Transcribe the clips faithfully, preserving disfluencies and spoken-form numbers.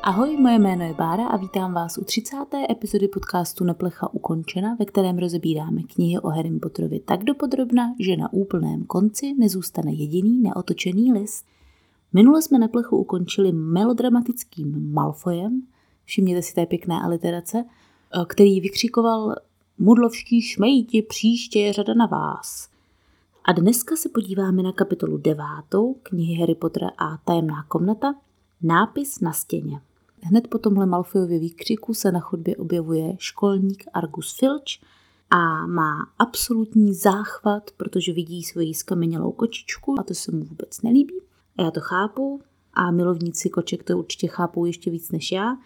Ahoj, moje jméno je Bára a vítám vás u třicáté epizody podcastu Neplecha ukončena, ve kterém rozebíráme knihy o Harrym Potterovi tak dopodrobna, že na úplném konci nezůstane jediný neotočený list. Minule jsme Neplechu ukončili melodramatickým Malfoyem, všimněte si té pěkné aliterace, který vykřikoval Mudlovští šmejti, příště je řada na vás. A dneska se podíváme na kapitolu devátou knihy Harry Potter a tajemná komnata, nápis na stěně. Hned po tomhle Malfoyově výkřiku se na chodbě objevuje školník Argus Filch a má absolutní záchvat, protože vidí svoji skamenělou kočičku a to se mu vůbec nelíbí. A já to chápu a milovníci koček to určitě chápou ještě víc než já,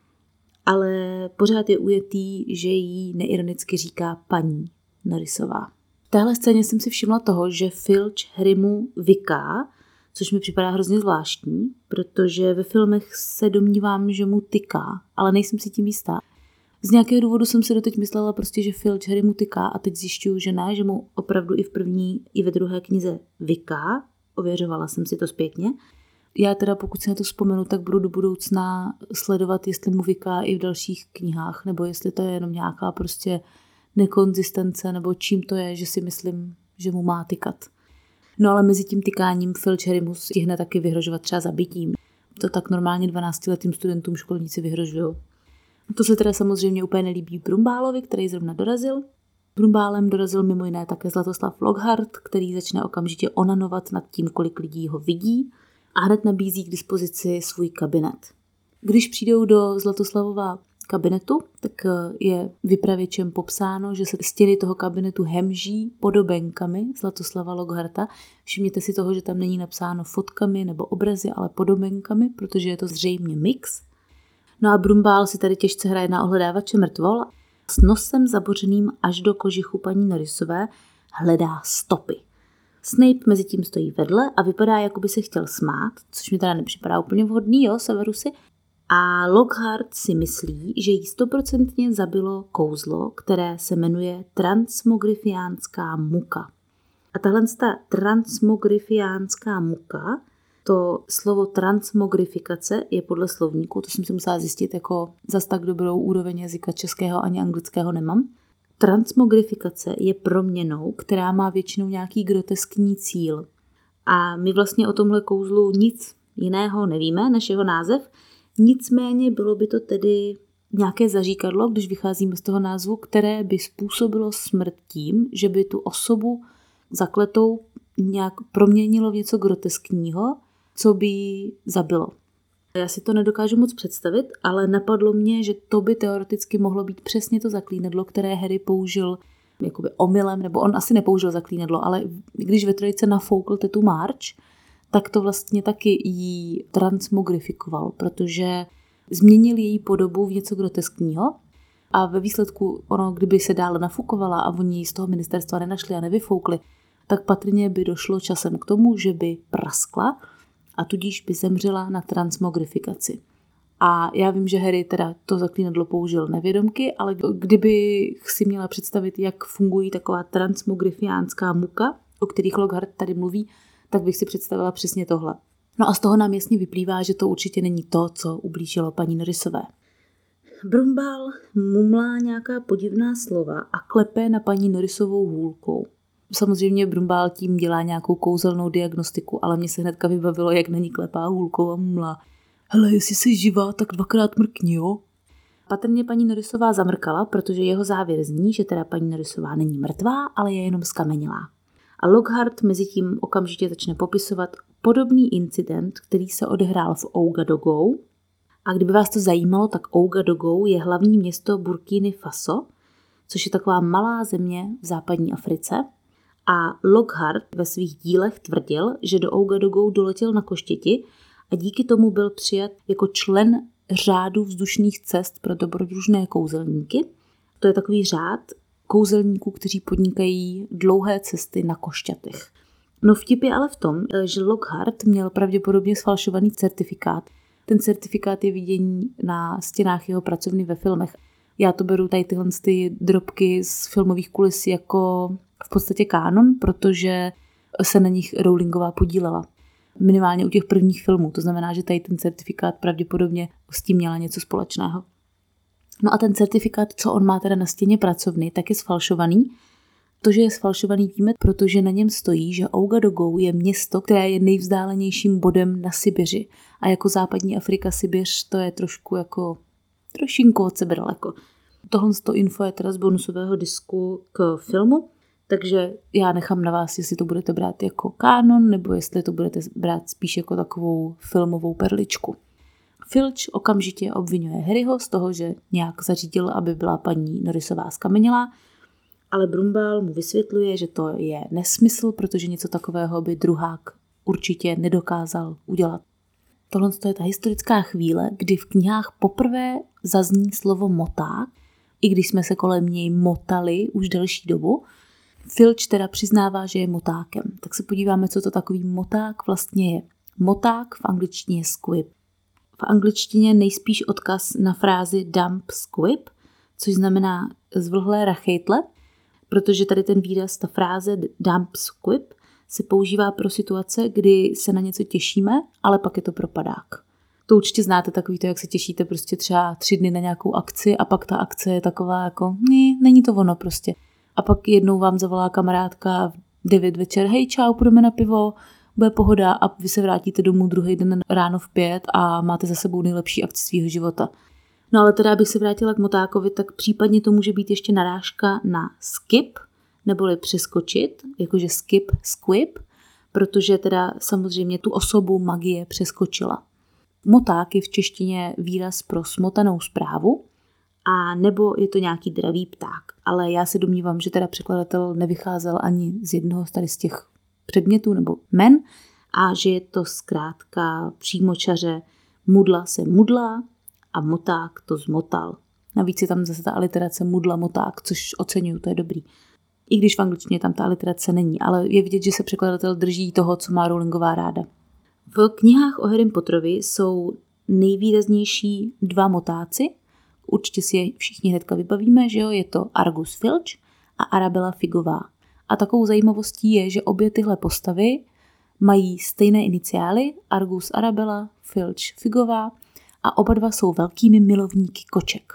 ale pořád je ujetý, že jí neironicky říká paní Norrisová. V téhle scéně jsem si všimla toho, že Filch Harrymu vyká, což mi připadá hrozně zvláštní, protože ve filmech se domnívám, že mu tyká, ale nejsem si tím jistá. Z nějakého důvodu jsem si doteď myslela prostě, že Filch Harrymu tyká a teď zjišťuju, že ne, že mu opravdu i v první, i ve druhé knize vyká. Ověřovala jsem si to zpětně. Já teda, pokud si na to vzpomenu, tak budu do budoucna sledovat, jestli mu vyká i v dalších knihách, nebo jestli to je jenom nějaká prostě nekonzistence, nebo čím to je, že si myslím, že mu má tykat. No ale mezi tím tykáním Filch Harrymu stihne taky vyhrožovat třeba zabitím. To tak normálně dvanáctiletým studentům školníci vyhrožují. To se teda samozřejmě úplně nelíbí Brumbálovi, který zrovna dorazil. Brumbálem dorazil mimo jiné také Zlatoslav Lockhart, který začne okamžitě onanovat nad tím, kolik lidí ho vidí a hned nabízí k dispozici svůj kabinet. Když přijdou do Zlatoslavova kabinetu, tak je vypravěčem popsáno, že se stěny toho kabinetu hemží podobenkami Zlatoslava Lockharta. Všimněte si toho, že tam není napsáno fotkami nebo obrazy, ale podobenkami, protože je to zřejmě mix. No a Brumbál si tady těžce hraje na ohledávače mrtvol. S nosem zabořeným až do kožichu paní Norrisové hledá stopy. Snape mezi tím stojí vedle a vypadá, jako by se chtěl smát, což mi teda nepřipadá úplně vhodný, jo, Severusy. A Lockhart si myslí, že jí stoprocentně zabilo kouzlo, které se jmenuje transmogrifiánská muka. A tahle transmogrifiánská muka, to slovo transmogrifikace je podle slovníku, to jsem si musela zjistit, jako zas tak dobrou úroveň jazyka českého ani anglického nemám. Transmogrifikace je proměnou, která má většinou nějaký groteskní cíl. A my vlastně o tomhle kouzlu nic jiného nevíme než jeho název. Nicméně bylo by to tedy nějaké zaříkadlo, když vycházíme z toho názvu, které by způsobilo smrt tím, že by tu osobu zakletou nějak proměnilo v něco groteskního, co by ji zabilo. Já si to nedokážu moc představit, ale napadlo mě, že to by teoreticky mohlo být přesně to zaklínadlo, které Harry použil jakoby omylem, nebo on asi nepoužil zaklínadlo, ale když ve trojice nafoukl tetu March, tak to vlastně taky jí transmogrifikoval, protože změnil její podobu v něco groteskního a ve výsledku ono, kdyby se dále nafukovala a oni ji z toho ministerstva nenašli a nevyfoukli, tak patrně by došlo časem k tomu, že by praskla a tudíž by zemřela na transmogrifikaci. A já vím, že Harry teda to zaklínadlo použil nevědomky, ale kdybych si měla představit, jak fungují taková transmogrifiánská muka, o kterých Lockhart tady mluví, tak bych si představila přesně tohle. No a z toho nám jasně vyplývá, že to určitě není to, co ublížilo paní Norrisové. Brumbál mumlá nějaká podivná slova a klepe na paní Norrisovou hůlkou. Samozřejmě Brumbál tím dělá nějakou kouzelnou diagnostiku, ale mně se hnedka vybavilo, jak na ní klepá hůlkou a mumlá. Hele, jestli jsi živá, tak dvakrát mrkni, jo? Patrně paní Norrisová zamrkala, protože jeho závěr zní, že teda paní Norrisová není mrtvá, ale je jenom skamenělá. A Lockhart mezi tím okamžitě začne popisovat podobný incident, který se odehrál v Ouagadougou. A kdyby vás to zajímalo, tak Ouagadougou je hlavní město Burkiny Faso, což je taková malá země v západní Africe. A Lockhart ve svých dílech tvrdil, že do Ouagadougou doletěl na koštěti a díky tomu byl přijat jako člen řádu vzdušných cest pro dobrodružné kouzelníky. To je takový řád kouzelníků, kteří podnikají dlouhé cesty na košťatech. No vtip je ale v tom, že Lockhart měl pravděpodobně sfalšovaný certifikát. Ten certifikát je vidění na stěnách jeho pracovny ve filmech. Já to beru tady tyhle ty drobky z filmových kulis jako v podstatě kánon, protože se na nich Rowlingová podílela. Minimálně u těch prvních filmů. To znamená, že tady ten certifikát pravděpodobně s tím měla něco společného. No a ten certifikát, co on má teda na stěně pracovny, tak je sfalšovaný. To, že je sfalšovaný, víme, protože na něm stojí, že Ouagadougou je město, které je nejvzdálenějším bodem na Sibiři. A jako západní Afrika, Sibiř, to je trošku jako trošinku od sebe daleko. Tohle to info je teda z bonusového disku k filmu, takže já nechám na vás, jestli to budete brát jako kánon, nebo jestli to budete brát spíš jako takovou filmovou perličku. Filch okamžitě obvinuje Harryho z toho, že nějak zařídil, aby byla paní Norrisová skamenělá, ale Brumbál mu vysvětluje, že to je nesmysl, protože něco takového by druhák určitě nedokázal udělat. Tohle je ta historická chvíle, kdy v knihách poprvé zazní slovo moták, i když jsme se kolem něj motali už delší dobu. Filch teda přiznává, že je motákem. Tak se podíváme, co to takový moták vlastně je. Moták v angličtině je squib. V angličtině nejspíš odkaz na frázi dump squib, což znamená zvlhlé rachejtle, protože tady ten výraz, ta fráze dump squib, se používá pro situace, kdy se na něco těšíme, ale pak je to propadák. To určitě znáte takový to, jak se těšíte prostě třeba tři dny na nějakou akci a pak ta akce je taková jako, ne, není to ono prostě. A pak jednou vám zavolá kamarádka v devět večer, hej čau, půjdeme na pivo, bude pohoda a vy se vrátíte domů druhý den ráno v pět a máte za sebou nejlepší akci svého života. No ale teda, abych se vrátila k motákovi, tak případně to může být ještě narážka na skip, neboli přeskočit, jakože skip, squib, protože teda samozřejmě tu osobu magie přeskočila. Moták je v češtině výraz pro smotanou zprávu, a nebo je to nějaký dravý pták. Ale já se domnívám, že teda překladatel nevycházel ani z jednoho z tady z těch předmětů nebo men a že je to zkrátka přímočaře mudla se mudlá a moták to zmotal. Navíc je tam zase ta aliterace mudla moták, což oceňuju, to je dobrý. I když v angličtině tam ta aliterace není, ale je vidět, že se překladatel drží toho, co má Rowlingová ráda. V knihách o Harrym Potterovi jsou nejvýraznější dva motáci. Určitě si je všichni hnedka vybavíme, že jo, je to Argus Filch a Arabella Figová. A takovou zajímavostí je, že obě tyhle postavy mají stejné iniciály, Argus Arabella, Filch Figová, a oba dva jsou velkými milovníky koček.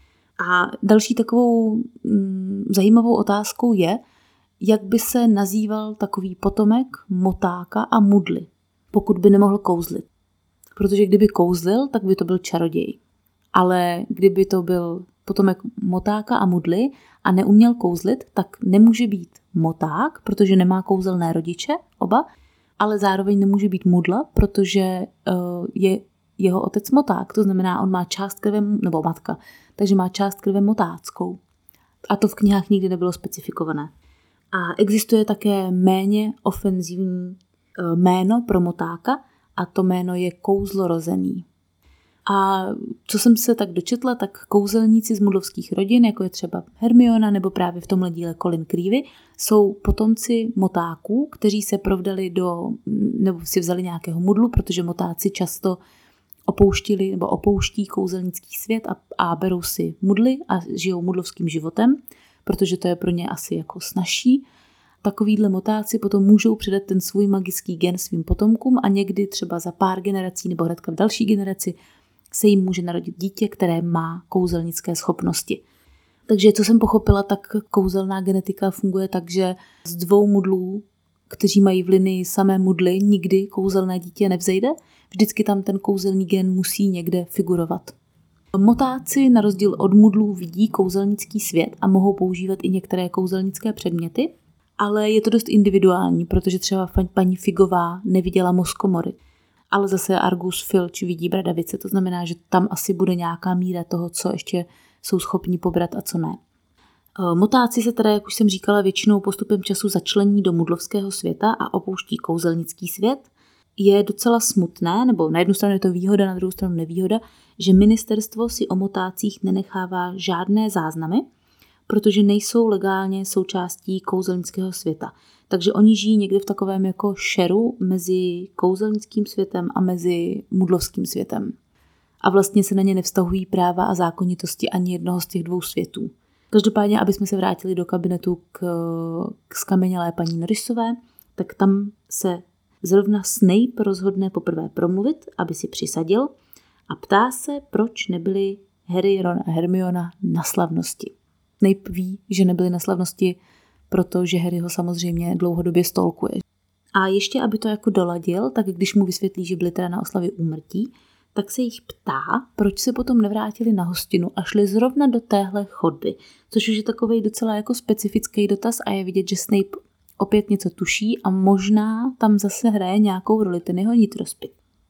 A další takovou mm, zajímavou otázkou je, jak by se nazýval takový potomek motáka a mudly, pokud by nemohl kouzlit. Protože kdyby kouzlil, tak by to byl čaroděj. Ale kdyby to byl potomek motáka a mudly a neuměl kouzlit, tak nemůže být moták, protože nemá kouzelné rodiče, oba, ale zároveň nemůže být mudla, protože uh, je jeho otec moták, to znamená, on má část krve, nebo matka, takže má část krve motáckou. A to v knihách nikdy nebylo specifikované. A existuje také méně ofenzivní uh, jméno pro motáka a to jméno je kouzlorozený. A co jsem se tak dočetla, tak kouzelníci z mudlovských rodin, jako je třeba Hermiona nebo právě v tomhle díle Colin Creevy, jsou potomci motáků, kteří se provdali do, nebo si vzali nějakého mudlu, protože motáci často opouštili nebo opouští kouzelnický svět a, a berou si mudly a žijou mudlovským životem, protože to je pro ně asi jako snazší. Takovýhle motáci potom můžou předat ten svůj magický gen svým potomkům a někdy třeba za pár generací nebo hnedka v další generaci se jim může narodit dítě, které má kouzelnické schopnosti. Takže co jsem pochopila, tak kouzelná genetika funguje tak, že z dvou mudlů, kteří mají v linii samé mudly, nikdy kouzelné dítě nevzejde. Vždycky tam ten kouzelný gen musí někde figurovat. Motáci na rozdíl od mudlů vidí kouzelnický svět a mohou používat i některé kouzelnické předměty, ale je to dost individuální, protože třeba paní Figová neviděla mozkomory. Ale zase Argus Filch vidí bradavice, to znamená, že tam asi bude nějaká míra toho, co ještě jsou schopni pobrat a co ne. Motáci se teda, jak už jsem říkala, většinou postupem času začlení do mudlovského světa a opouští kouzelnický svět. Je docela smutné, nebo na jednu stranu je to výhoda, na druhou stranu nevýhoda, že ministerstvo si o motácích nenechává žádné záznamy, protože nejsou legálně součástí kouzelnického světa. Takže oni žijí někde v takovém jako šeru mezi kouzelnickým světem a mezi mudlovským světem. A vlastně se na ně nevztahují práva a zákonitosti ani jednoho z těch dvou světů. Každopádně, aby jsme se vrátili do kabinetu k, k skamenělé paní Norrisové, tak tam se Zrovna Snape rozhodne poprvé promluvit, aby si přisadil a ptá se, proč nebyli Harry, Ron a Hermiona na slavnosti. Snape ví, že nebyli na slavnosti, protože Harry ho samozřejmě dlouhodobě stalkuje. A ještě, aby to jako doladil, tak když mu vysvětlí, že byli teda na oslavě úmrtí, tak se jich ptá, proč se potom nevrátili na hostinu a šli zrovna do téhle chodby. Což už je takovej docela jako specifický dotaz a je vidět, že Snape opět něco tuší a možná tam zase hraje nějakou roli ten jeho nitrospit.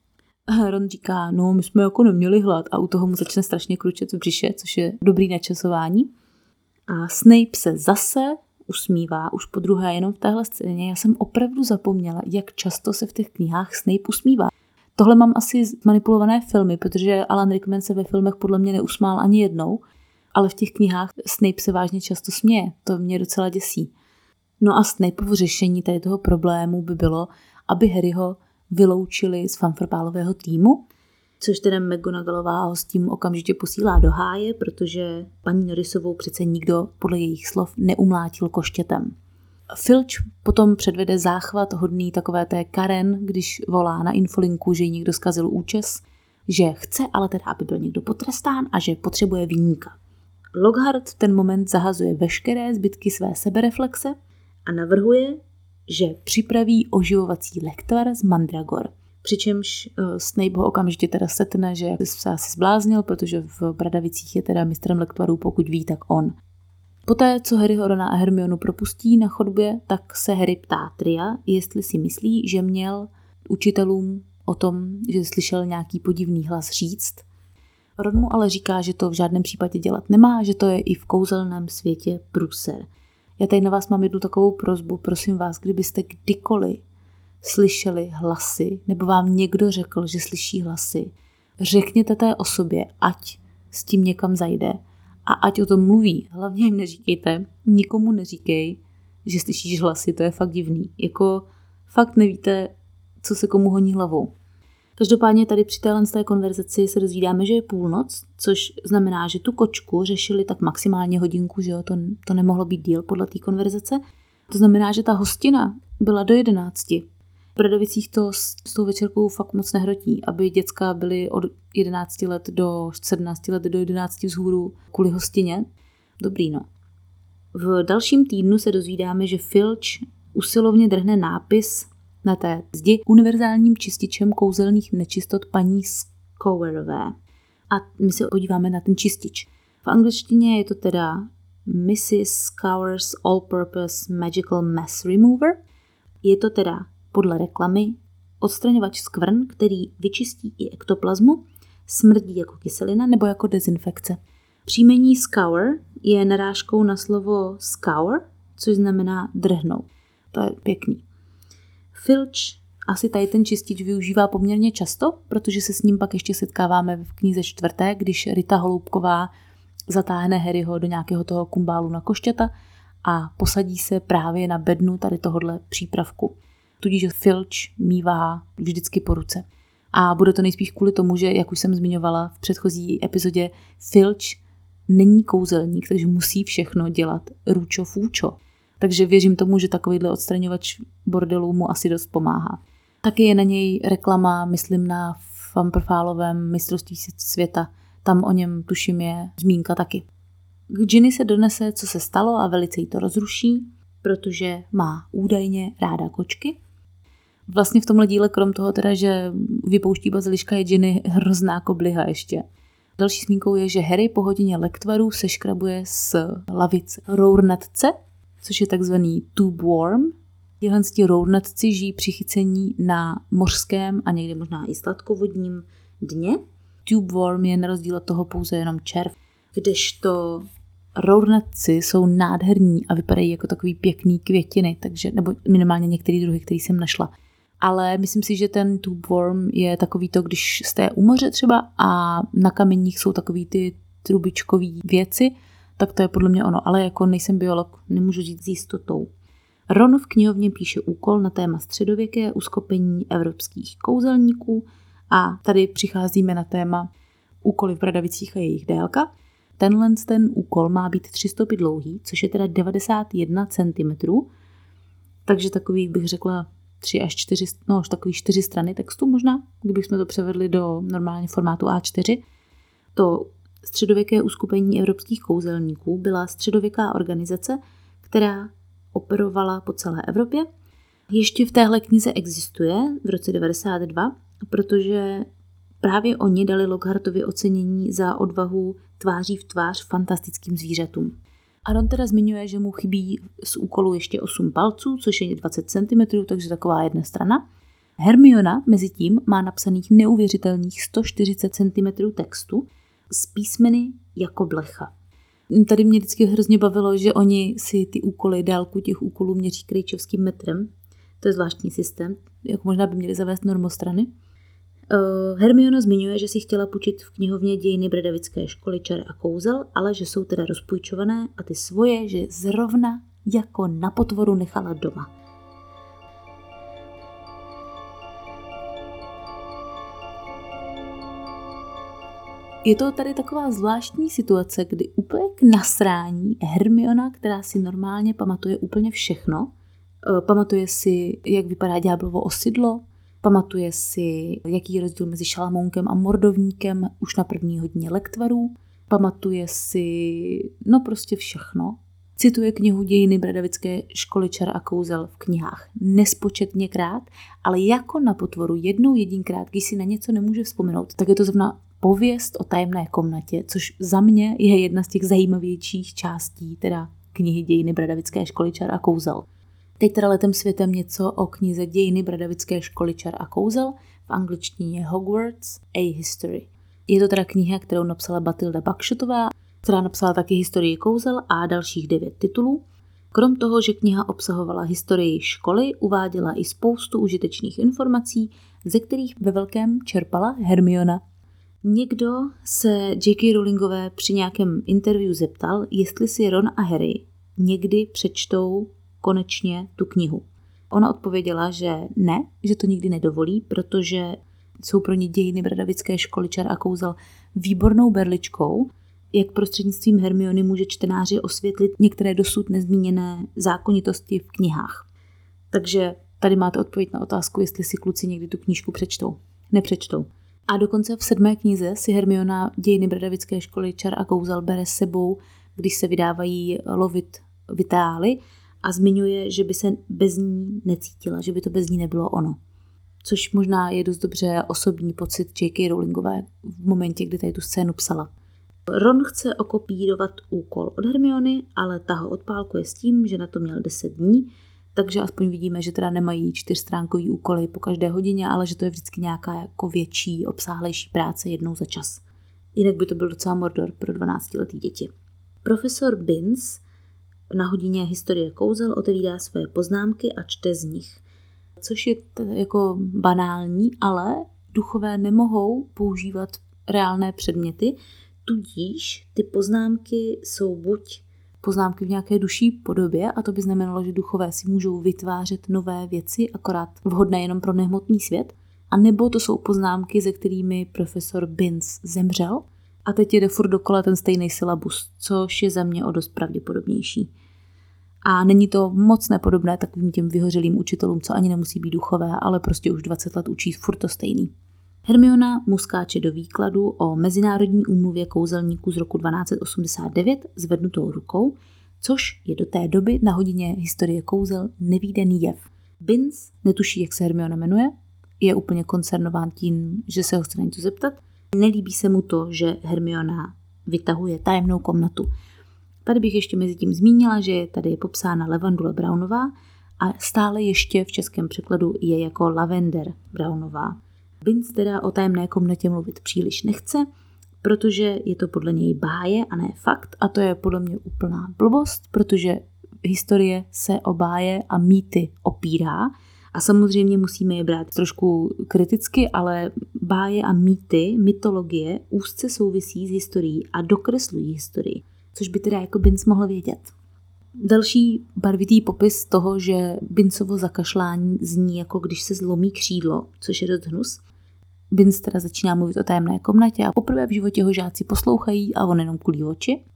Ron říká, no my jsme jako neměli hlad a u toho mu začne strašně kručet v břiše, což je dobrý načasování. A Snape se zase usmívá, už po druhé jenom v téhle scéně. Já jsem opravdu zapomněla, jak často se v těch knihách Snape usmívá. Tohle mám asi manipulované filmy, protože Alan Rickman se ve filmech podle mě neusmál ani jednou, ale v těch knihách Snape se vážně často směje. To mě docela děsí. No a Snapeovo řešení tady toho problému by bylo, aby Harryho vyloučili z fanfrpálového týmu, což teda McGonagallová ho s tím okamžitě posílá do háje, protože paní Norrisovou přece nikdo podle jejich slov neumlátil koštětem. Filch potom předvede záchvat hodný takové té Karen, když volá na infolinku, že jí někdo zkazil účes, že chce ale teda, aby byl někdo potrestán a že potřebuje viníka. Lockhart v ten moment zahazuje veškeré zbytky své sebereflexe a navrhuje, že připraví oživovací lektvar z mandragor. Přičemž uh, Snape ho okamžitě teda setne, že se asi zbláznil, protože v Bradavicích je teda mistrem lektvarů, pokud ví, tak on. Poté, co Harryho, Rona a Hermionu propustí na chodbě, tak se Harry ptá Tria, jestli si myslí, že měl učitelům o tom, že slyšel nějaký podivný hlas říct. Ron mu ale říká, že to v žádném případě dělat nemá, že to je i v kouzelném světě průser. Já tady na vás mám jednu takovou prosbu, prosím vás, kdybyste kdykoliv slyšeli hlasy, nebo vám někdo řekl, že slyší hlasy, řekněte té osobě, ať s tím někam zajde a ať o tom mluví. Hlavně jim neříkejte, nikomu neříkej, že slyšíš hlasy, to je fakt divný. Jako fakt nevíte, co se komu honí hlavou. Každopádně tady při téhle té konverzaci se dozvídáme, že je půlnoc, což znamená, že tu kočku řešili tak maximálně hodinku, že jo, to, to nemohlo být díl podle té konverzace. To znamená, že ta hostina byla do jedenácti. V Bradavicích to s, s tou večerkou fakt moc nehrotí, aby děcka byly od jedenácti let do sedmnácti let do jedenácti vzhůru kvůli hostině. Dobrý, no. V dalším týdnu se dozvídáme, že Filch usilovně drhne nápis na té zdi univerzálním čističem kouzelných nečistot paní Scowerové. A my se podíváme na ten čistič. V angličtině je to teda missus Scower's All-Purpose Magical Mess Remover. Je to teda podle reklamy odstraňovač skvrn, který vyčistí i ektoplazmu, smrdí jako kyselina nebo jako dezinfekce. Příjmení Scour je narážkou na slovo scour, což znamená drhnout. To je pěkný. Filch asi tady ten čistič využívá poměrně často, protože se s ním pak ještě setkáváme v knize čtvrté, když Rita Holoubková zatáhne Harryho do nějakého toho kumbálu na košťata a posadí se právě na bednu tady tohohle přípravku. Tudíž Filch mívá vždycky po ruce. A bude to nejspíš kvůli tomu, že, jak už jsem zmiňovala v předchozí epizodě, Filch není kouzelník, takže musí všechno dělat ručo fůčo. Takže věřím tomu, že takovýhle odstraňovač bordelů mu asi dost pomáhá. Taky je na něj reklama, myslím na Fanprfálovém mistrovství světa. Tam o něm tuším je zmínka taky. K Ginny se donese, co se stalo a velice jí to rozruší, protože má údajně ráda kočky. Vlastně v tomhle díle, krom toho teda, že vypouští baziliška, je Ginny hrozná kobliha ještě. Další zmínkou je, že Harry po hodině lektvaru seškrabuje z lavic rournatce, což je takzvaný tube worm. Tihle rournatci žijí při chycení na mořském a někdy možná i sladkovodním dně. Tube worm je na rozdíl od toho pouze jenom červ, kdežto rournatci jsou nádherní a vypadají jako takový pěkný květiny, takže, nebo minimálně některý druhy, který jsem našla. Ale myslím si, že ten tube worm je takový to, když jste u moře třeba a na kameních jsou takový ty trubičkový věci, tak to je podle mě ono, ale jako nejsem biolog, nemůžu říct s jistotou. Ron v knihovně píše úkol na téma středověké uskopení evropských kouzelníků a tady přicházíme na téma úkoly v Bradavicích a jejich délka. Tenhle ten úkol má být tři stopy dlouhý, což je teda devadesát jedna centimetrů, takže takový bych řekla tři až čtyři, no až takový čtyři strany textu možná, kdybychom to převedli do normálně formátu á čtyři. To středověké uskupení evropských kouzelníků byla středověká organizace, která operovala po celé Evropě. Ještě v téhle knize existuje v roce devadesát dva, protože právě oni dali Lockhartovi ocenění za odvahu tváří v tvář fantastickým zvířatům. A on teda zmiňuje, že mu chybí z úkolu ještě osm palců, což je dvacet centimetrů, takže taková jedna strana. Hermiona mezi tím má napsaných neuvěřitelných sto čtyřicet centimetrů textu s písmeny jako blecha. Tady mě vždycky hrozně bavilo, že oni si ty úkoly, délku těch úkolů měří krejčovským metrem. To je zvláštní systém, jako možná by měli zavést normostrany. Uh, Hermiona zmiňuje, že si chtěla půjčit v knihovně Dějiny bradavické školy čar a kouzel, ale že jsou teda rozpůjčované a ty svoje, že zrovna jako na potvoru nechala doma. Je to tady taková zvláštní situace, kdy úplně k nasrání Hermiona, která si normálně pamatuje úplně všechno, uh, pamatuje si, jak vypadá ďáblovo osidlo, pamatuje si, jaký je rozdíl mezi Šalamounkem a Mordovníkem už na první hodině lektvarů. Pamatuje si, no prostě všechno. Cituje knihu Dějiny bradavické školy čar a kouzel v knihách nespočetněkrát, ale jako na potvoru jednou jedinkrát, když si na něco nemůže vzpomenout, tak je to zrovna pověst o tajemné komnatě, což za mě je jedna z těch zajímavějších částí teda knihy Dějiny bradavické školy čar a kouzel. Teď teda letem světem něco o knize Dějiny bradavické školy čar a kouzel, v angličtině Hogwarts A History. Je to teda kniha, kterou napsala Batilda Bakšotová, která napsala taky historii kouzel a dalších devět titulů. Krom toho, že kniha obsahovala historii školy, uváděla i spoustu užitečných informací, ze kterých ve velkém čerpala Hermiona. Někdo se J K Rowlingové při nějakém interview zeptal, jestli si Ron a Harry někdy přečtou konečně tu knihu. Ona odpověděla, že ne, že to nikdy nedovolí, protože jsou pro ně Dějiny bradavické školy čar a kouzel výbornou berličkou, jak prostřednictvím Hermiony může čtenáři osvětlit některé dosud nezmíněné zákonitosti v knihách. Takže tady máte odpověď na otázku, jestli si kluci někdy tu knížku přečtou. Nepřečtou. A dokonce v sedmé knize si Hermiona Dějiny bradavické školy čar a kouzel bere s sebou, když se vydávají lovit vitály, a zmiňuje, že by se bez ní necítila, že by to bez ní nebylo ono. Což možná je dost dobře osobní pocit J K Rowlingové v momentě, kdy tady tu scénu psala. Ron chce okopírovat úkol od Hermiony, ale ta ho odpálkuje s tím, že na to měl deset dní, takže aspoň vidíme, že teda nemají čtyřstránkový úkoly po každé hodině, ale že to je vždycky nějaká jako větší, obsáhlejší práce jednou za čas. Jinak by to byl docela Mordor pro dvanáctiletý děti. Profesor Binns na hodině historie kouzel otevírá své poznámky a čte z nich. Což je t- jako banální, ale duchové nemohou používat reálné předměty, tudíž ty poznámky jsou buď poznámky v nějaké duší podobě, a to by znamenalo, že duchové si můžou vytvářet nové věci, akorát vhodné jenom pro nehmotný svět, a nebo to jsou poznámky, se kterými profesor Binns zemřel a teď jede furt dokola ten stejný syllabus, což je za mě o dost pravděpodobnější. A není to moc nepodobné takovým těm vyhořelým učitelům, co ani nemusí být duchové, ale prostě už dvacet let učí furt to stejný. Hermiona mu skáče do výkladu o Mezinárodní úmluvě kouzelníků z roku dvanáct set osmdesát devět zvednutou rukou, což je do té doby na hodině historie kouzel nevídaný jev. Binns netuší, jak se Hermiona jmenuje, je úplně koncernován tím, že se ho chce na něco zeptat. Nelíbí se mu to, že Hermiona vytahuje tajemnou komnatu. Tady bych ještě mezi tím zmínila, že tady je popsána Levandule Brownová a stále ještě v českém překladu je jako Lavender Brownová. Binns teda o tajemné komnatě mluvit příliš nechce, protože je to podle něj báje a ne fakt, a to je podle mě úplná blbost, protože historie se o báje a mýty opírá a samozřejmě musíme je brát trošku kriticky, ale báje a mýty, mytologie úzce souvisí s historií a dokreslují historii, což by teda jako Binns mohl vědět. Další barvitý popis toho, že Binnsovo zakašlání zní jako když se zlomí křídlo, což je dost hnus. Binns teda začíná mluvit o tajemné komnatě a poprvé v životě ho žáci poslouchají a on jenom kulí oči.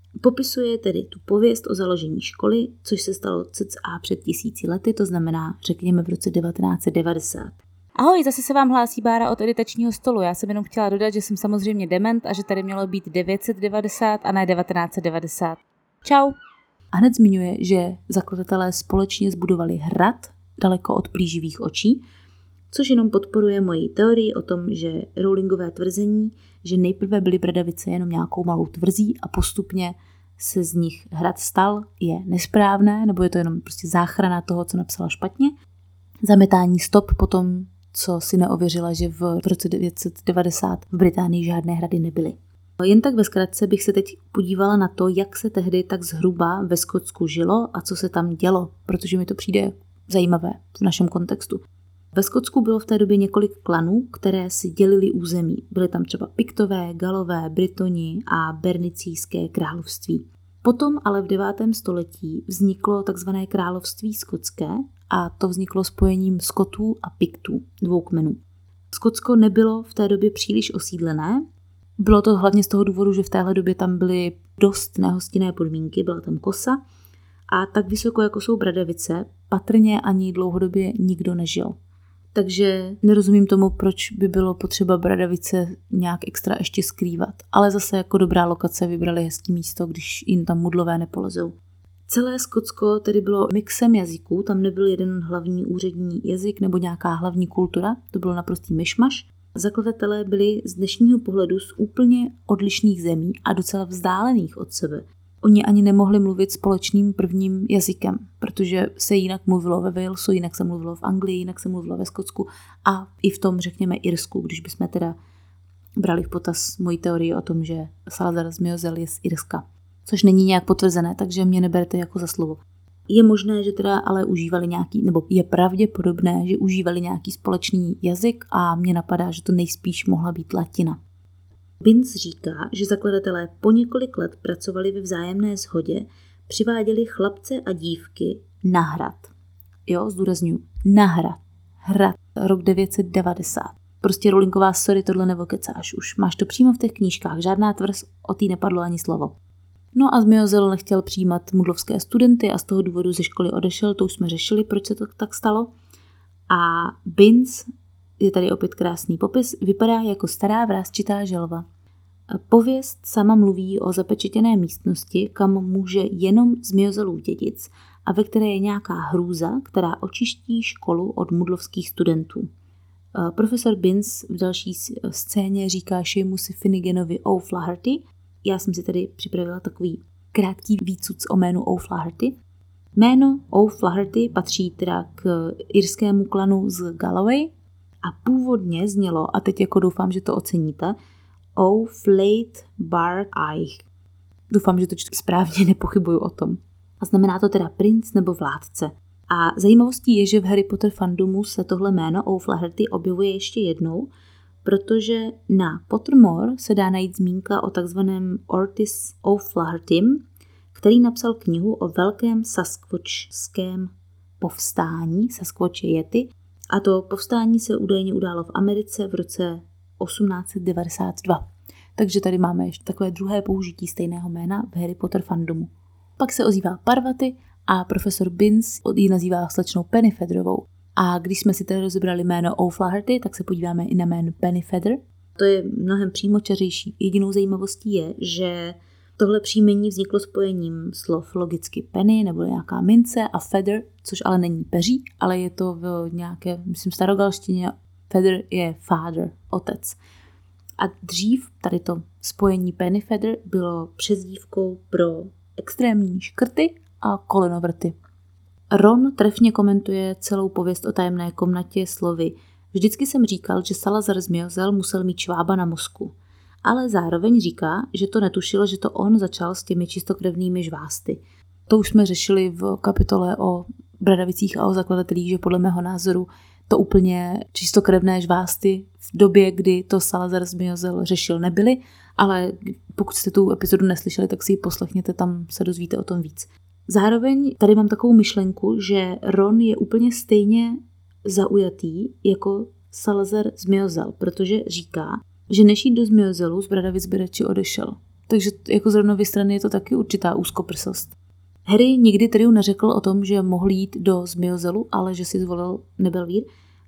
Popisuje tedy tu pověst o založení školy, což se stalo cca před tisíci lety, to znamená, řekněme v roce devatenáct set devadesát. Ahoj, zase se vám hlásí Bára od editačního stolu. Já jsem jenom chtěla dodat, že jsem samozřejmě dement a že tady mělo být devět set devadesát a ne devatenáct set devadesát. Čau. A hned zmiňuje, že zakladatelé společně zbudovali hrad daleko od plíživých očí, což jenom podporuje moji teorii o tom, že Rowlingové tvrzení, že nejprve byly Bradavice jenom nějakou malou tvrzí a postupně se z nich hrad stal, je nesprávné, nebo je to jenom prostě záchrana toho, co napsala špatně. Zametání stop potom, co si neověřila, že v roce devět set devadesát v Británii žádné hrady nebyly. Jen tak ve zkratce bych se teď podívala na to, jak se tehdy tak zhruba ve Skotsku žilo a co se tam dělo, protože mi to přijde zajímavé v našem kontextu. Ve Skotsku bylo v té době několik klanů, které si dělili území. Byly tam třeba Piktové, Galové, Britoni a Bernicijské království. Potom ale v devátém století vzniklo takzvané království skotské a to vzniklo spojením Skotů a Piktů, dvou kmenů. Skotsko nebylo v té době příliš osídlené. Bylo to hlavně z toho důvodu, že v téhle době tam byly dost nehostinné podmínky, byla tam kosa a tak vysoko, jako jsou Bradavice, patrně ani dlouhodobě nikdo nežil. Takže nerozumím tomu, proč by bylo potřeba Bradavice nějak extra ještě skrývat. Ale zase jako dobrá lokace vybrali hezký místo, když jim tam mudlové nepolezou. Celé Skotsko tedy bylo mixem jazyků, tam nebyl jeden hlavní úřední jazyk nebo nějaká hlavní kultura, to bylo naprostý myšmaš. Zakladatelé byli z dnešního pohledu z úplně odlišných zemí a docela vzdálených od sebe. Oni ani nemohli mluvit společným prvním jazykem, protože se jinak mluvilo ve Walesu, jinak se mluvilo v Anglii, jinak se mluvilo ve Skotsku a i v tom, řekněme, Irsku, když bychom teda brali v potaz moji teorii o tom, že Salazar Zmiozel je z Irska, což není nějak potvrzené, takže mě neberte jako za slovo. Je možné, že teda ale užívali nějaký, nebo je pravděpodobné, že užívali nějaký společný jazyk a mně napadá, že to nejspíš mohla být latina. Binns říká, že zakladatelé po několik let pracovali ve vzájemné shodě, přiváděli chlapce a dívky na hrad. Jo, zdůrazňuji, na hrad. Hrad, rok devět set devadesát. Prostě Rowlingová, sorry, tohle nebo kecáš už. Máš to přímo v těch knížkách, žádná tvrz, o té nepadlo ani slovo. No a Zmiozel nechtěl přijímat mudlovské studenty a z toho důvodu ze školy odešel, to už jsme řešili, proč se to tak stalo. A Binns, je tady opět krásný popis, vypadá jako stará vrásčitá želva. Pověst sama mluví o zapečetěné místnosti, kam může jenom Zmiozelův dědic a ve které je nějaká hrůza, která očiští školu od mudlovských studentů. Profesor Binns v další scéně říká Seamusi Finneganovi O'Flaherty. Já jsem si tady připravila takový krátký výcuc o jménu O'Flaherty. Jméno O'Flaherty patří teda k irskému klanu z Galloway a původně znělo, a teď jako doufám, že to oceníte, O'Flate Bark Eich. Doufám, že to čtu správně, nepochybuju o tom. A znamená to teda princ nebo vládce. A zajímavostí je, že v Harry Potter fandomu se tohle jméno O'Flaherty objevuje ještě jednou, protože na Pottermore se dá najít zmínka o takzvaném Ortis O'Flahertym, který napsal knihu o velkém sasquatchském povstání, Sasquatch Yeti, a to povstání se údajně událo v Americe v roce osmnáct set devadesát dva. Takže tady máme ještě takové druhé použití stejného jména v Harry Potter fandomu. Pak se ozývá Parvati a profesor Binns ji nazývá slečnou Pennyfeatherovou. A když jsme si tedy rozebrali jméno O'Flaherty, tak se podíváme i na jméno Pennyfeather. To je mnohem přímočařejší. Jedinou zajímavostí je, že tohle příjmení vzniklo spojením slov logicky penny nebo nějaká mince a feather, což ale není peří, ale je to v nějaké, myslím, starogalštině. Feather je father, otec. A dřív tady to spojení Pennyfeather bylo přezdívkou pro extrémní škrty a kolenovrty. Ron trefně komentuje celou pověst o tajemné komnatě slovy: vždycky jsem říkal, že Salazar Zmiozel musel mít švába na mozku. Ale zároveň říká, že to netušil, že to on začal s těmi čistokrevnými žvásty. To už jsme řešili v kapitole o Bradavicích a o zakladatelích, že podle mého názoru to úplně čistokrevné žvásty v době, kdy to Salazar Zmiozel řešil, nebyly, ale pokud jste tu epizodu neslyšeli, tak si ji poslechněte, tam se dozvíte o tom víc. Zároveň tady mám takovou myšlenku, že Ron je úplně stejně zaujatý jako Salazar Zmiozel, protože říká, že než jít do Zmiozelu z Bradavic by radši odešel. Takže jako z Ronovy strany je to taky určitá úzkoprsost. Harry nikdy Tyriu neřekl o tom, že mohl jít do Zmijozelu, ale že si zvolil Nebelvír.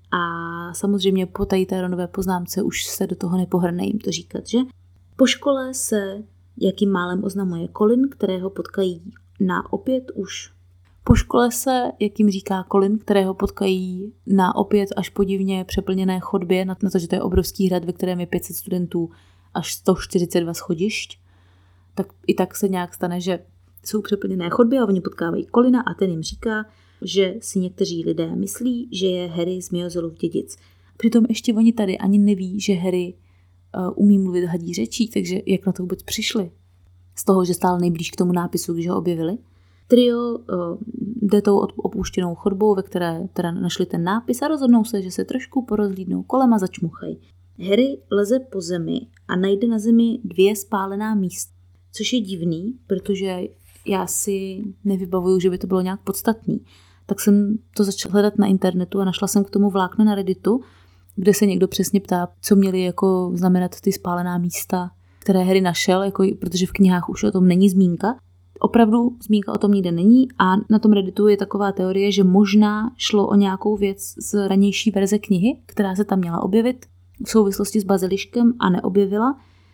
A samozřejmě po tady té Ronové poznámce už se do toho nepohrne jim to říkat, že? Po škole se jakým málem oznamuje Colin, kterého potkají na opět už. Po škole se, jak jim říká Colin, kterého potkají na opět až podivně přeplněné chodbě, na to, že to je obrovský hrad, ve kterém je pět set studentů až sto čtyřicet dva schodišť, tak i tak se nějak stane, že jsou přeplněné chodby a oni potkávají Colina a ten jim říká, že si někteří lidé myslí, že je Harry z Myozelův dědic. Přitom ještě oni tady ani neví, že Harry uh, umí mluvit hadí řečí, takže jak na to vůbec přišli? Z toho, že stál nejblíž k tomu nápisu, když ho objevili. Trio uh, jde tou opuštěnou chodbou, ve které teda našli ten nápis a rozhodnou se, že se trošku porozhlídnou kolem a začmuchají. Harry leze po zemi a najde na zemi dvě spálená místa, což je divný, protože já si nevybavuju, že by to bylo nějak podstatný. Tak jsem to začala hledat na internetu a našla jsem k tomu vlákno na Redditu, kde se někdo přesně ptá, co měly jako znamenat ty spálená místa, které Harry našel, jako, protože v knihách už o tom není zmínka. Opravdu zmínka o tom nikde není a na tom Redditu je taková teorie, že možná šlo o nějakou věc z ranější verze knihy, která se tam měla objevit v souvislosti s baziliškem a neobjevila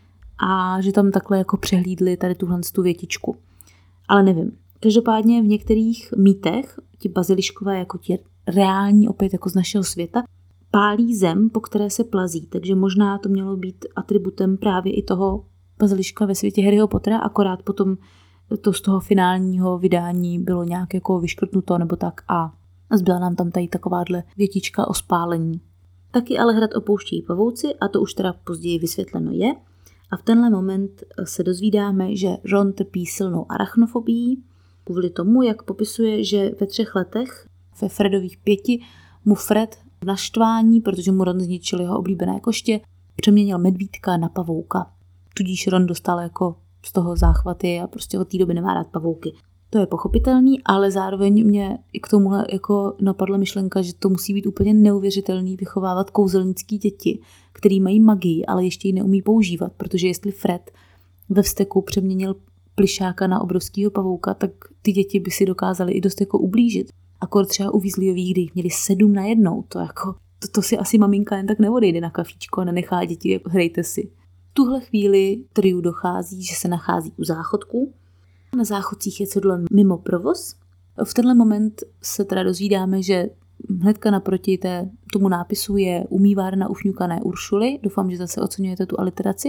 a že tam takhle jako přehlídli tady tuhle tu větičku. Ale nevím. Každopádně v některých mýtech, ti baziliškové jako ti reální opět jako z našeho světa, pálí zem, po které se plazí, takže možná to mělo být atributem právě i toho baziliška ve světě Harryho Pottera, akorát potom to z toho finálního vydání bylo nějak jako vyškrtnuto nebo tak a zbyla nám tam tady takováhle větička o spálení. Taky ale hrad opouštějí pavouci a to už teda později vysvětleno je. A v tenhle moment se dozvídáme, že Ron trpí silnou arachnofobií, kvůli tomu, jak popisuje, že ve třech letech, ve Fredových pěti, mu Fred v naštvání, protože mu Ron zničil jeho oblíbené koště, přeměnil medvídka na pavouka. Tudíž Ron dostal jako z toho záchvaty a prostě od té doby nemá rád pavouky. To je pochopitelný, ale zároveň mě i k tomuhle jako napadla myšlenka, že to musí být úplně neuvěřitelný vychovávat kouzelnický děti, který mají magii, ale ještě ji neumí používat, protože jestli Fred ve vzteku přeměnil plišáka na obrovského pavouka, tak ty děti by si dokázaly i dost jako ublížit. Akor třeba u Weasleyových, kdy jich měli sedm na jednou, to jako, to, to si asi maminka jen tak neodejde na kafíčko a nenechá děti, jako hrajte si. V tuhle chvíli triu dochází, že se nachází u záchodku. Na záchodcích je cedule mimo provoz. V tenhle moment se teda dozvídáme, že hnedka naproti té, tomu nápisu je umývárna ufňukané Uršuly. Doufám, že zase oceňujete tu aliteraci.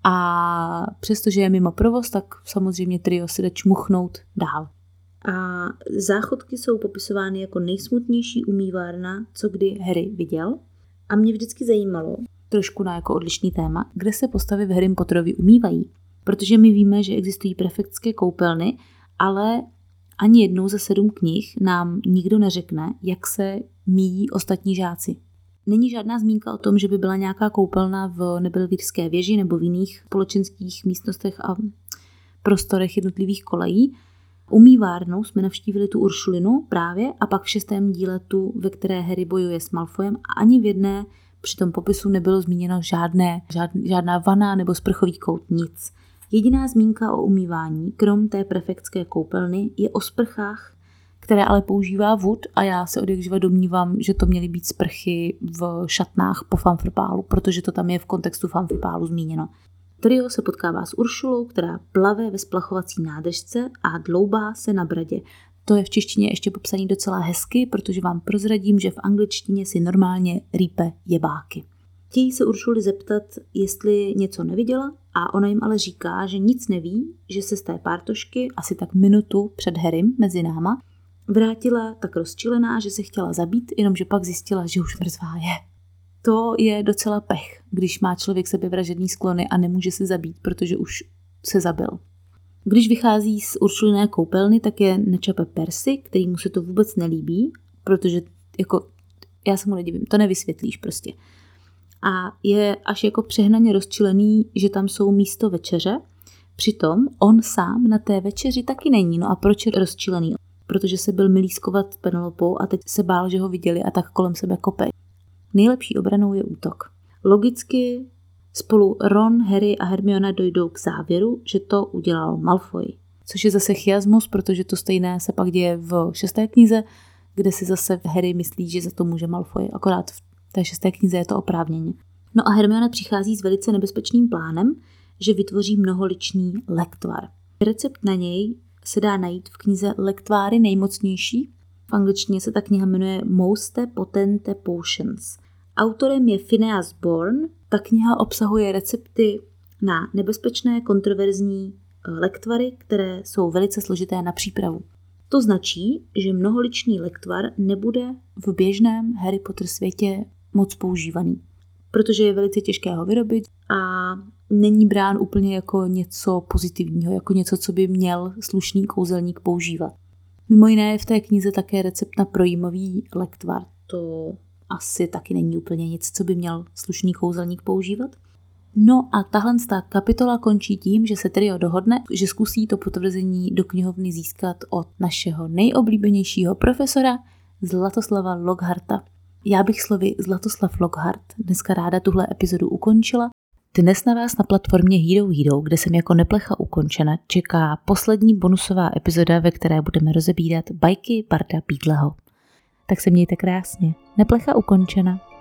A přestože je mimo provoz, tak samozřejmě trio se jde čmuchnout dál. A záchodky jsou popisovány jako nejsmutnější umývárna, co kdy Harry viděl. A mě vždycky zajímalo, trošku na jako odlišný téma, kde se postavy v Harrym Potterovi umývají. Protože my víme, že existují prefektské koupelny, ale ani jednou ze sedm knih nám nikdo neřekne, jak se míjí ostatní žáci. Není žádná zmínka o tom, že by byla nějaká koupelna v Nebelvírské věži nebo v jiných společenských místnostech a prostorech jednotlivých kolejí. Umývárnou jsme navštívili tu Uršulinu právě a pak v šestém díle tu, ve které Harry bojuje s Malfoyem a ani v jedné při tom popisu nebylo zmíněno žádné, žád, žádná vana nebo sprchový kout, nic. Jediná zmínka o umývání, krom té prefektské koupelny, je o sprchách, které ale používá Wood a já se odjakživa domnívám, že to měly být sprchy v šatnách po fanfrpálu, protože to tam je v kontextu fanfrpálu zmíněno. Trio se potkává s Uršulou, která plave ve splachovací nádržce a dloubá se na bradě. To je v češtině ještě popsaný docela hezky, protože vám prozradím, že v angličtině si normálně rýpe jebáky. Chtějí se Uršuly zeptat, jestli něco neviděla a ona jim ale říká, že nic neví, že se z té pártošky asi tak minutu před Harrym mezi náma vrátila tak rozčilená, že se chtěla zabít, jenomže pak zjistila, že už mrtvá je. To je docela pech, když má člověk sebevražedný sklony a nemůže se zabít, protože už se zabil. Když vychází z Uršuliné koupelny, tak je nečape Percy, kterýmu se to vůbec nelíbí, protože jako, já se mu nedivím, to nevysvětlíš prostě. A je až jako přehnaně rozčilený, že tam jsou místo večeře. Přitom on sám na té večeři taky není. No a proč je rozčilený? Protože se byl milískovat s Penelopou a teď se bál, že ho viděli a tak kolem sebe kope. Nejlepší obranou je útok. Logicky Spolu Ron, Harry a Hermiona dojdou k závěru, že to udělal Malfoy. Což je zase chiasmus, protože to stejné se pak děje v šesté knize, kde si zase Harry myslí, že za to může Malfoy, akorát v té šesté knize je to oprávněně. No a Hermiona přichází s velice nebezpečným plánem, že vytvoří mnoholičný lektvar. Recept na něj se dá najít v knize Lektváry nejmocnější. V angličtině se ta kniha jmenuje Moste Potente Potions. Autorem je Phineas Bourne. Ta kniha obsahuje recepty na nebezpečné, kontroverzní lektvary, které jsou velice složité na přípravu. To značí, že mnoholičný lektvar nebude v běžném Harry Potter světě moc používaný, protože je velice těžké ho vyrobit a není brán úplně jako něco pozitivního, jako něco, co by měl slušný kouzelník používat. Mimo jiné je v té knize také recept na projímový lektvar. To asi taky není úplně nic, co by měl slušný kouzelník používat. No a tahle kapitola končí tím, že se trio dohodne, že zkusí to potvrzení do knihovny získat od našeho nejoblíbenějšího profesora Zlatoslava Lockharta. Já bych slovy Zlatoslav Lockhart dneska ráda tuhle epizodu ukončila. Dnes na vás na platformě Hero Hero, kde jsem jako neplecha ukončena, čeká poslední bonusová epizoda, ve které budeme rozebírat bajky Barda Beedleho. Tak se mějte krásně. Neplecha ukončena.